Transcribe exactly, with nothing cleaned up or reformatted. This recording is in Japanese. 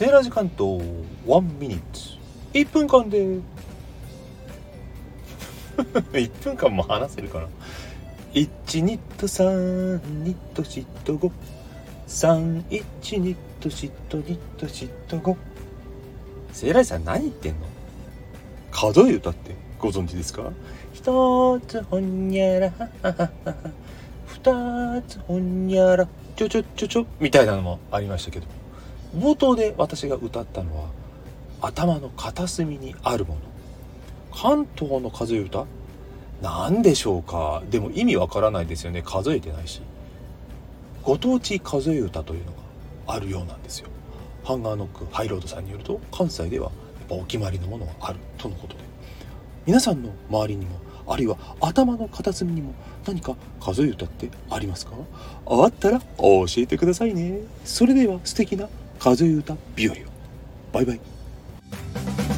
セーラー時間とワンミニッツいっぷんかんでいっぷんかんも話せるかな。いちニットさんニットシットごさんいちニットシットニットシットご。セーラーさん何言ってんの。数え歌ってご存知ですか。一つほんにゃら二つほんにゃらちょちょちょちょみたいなのもありましたけど、冒頭で私が歌ったのは頭の片隅にあるもの。関東の数え歌なんでしょうか。でも意味わからないですよね。数えてないし。ご当地数え歌というのがあるようなんですよ。ハンガーノックハイロードさんによると、関西ではやっぱお決まりのものがあるとのことで、皆さんの周りにも、あるいは頭の片隅にも何か数え歌ってありますか。あったら教えてくださいね。それでは素敵な数え歌日和を。バイバイ。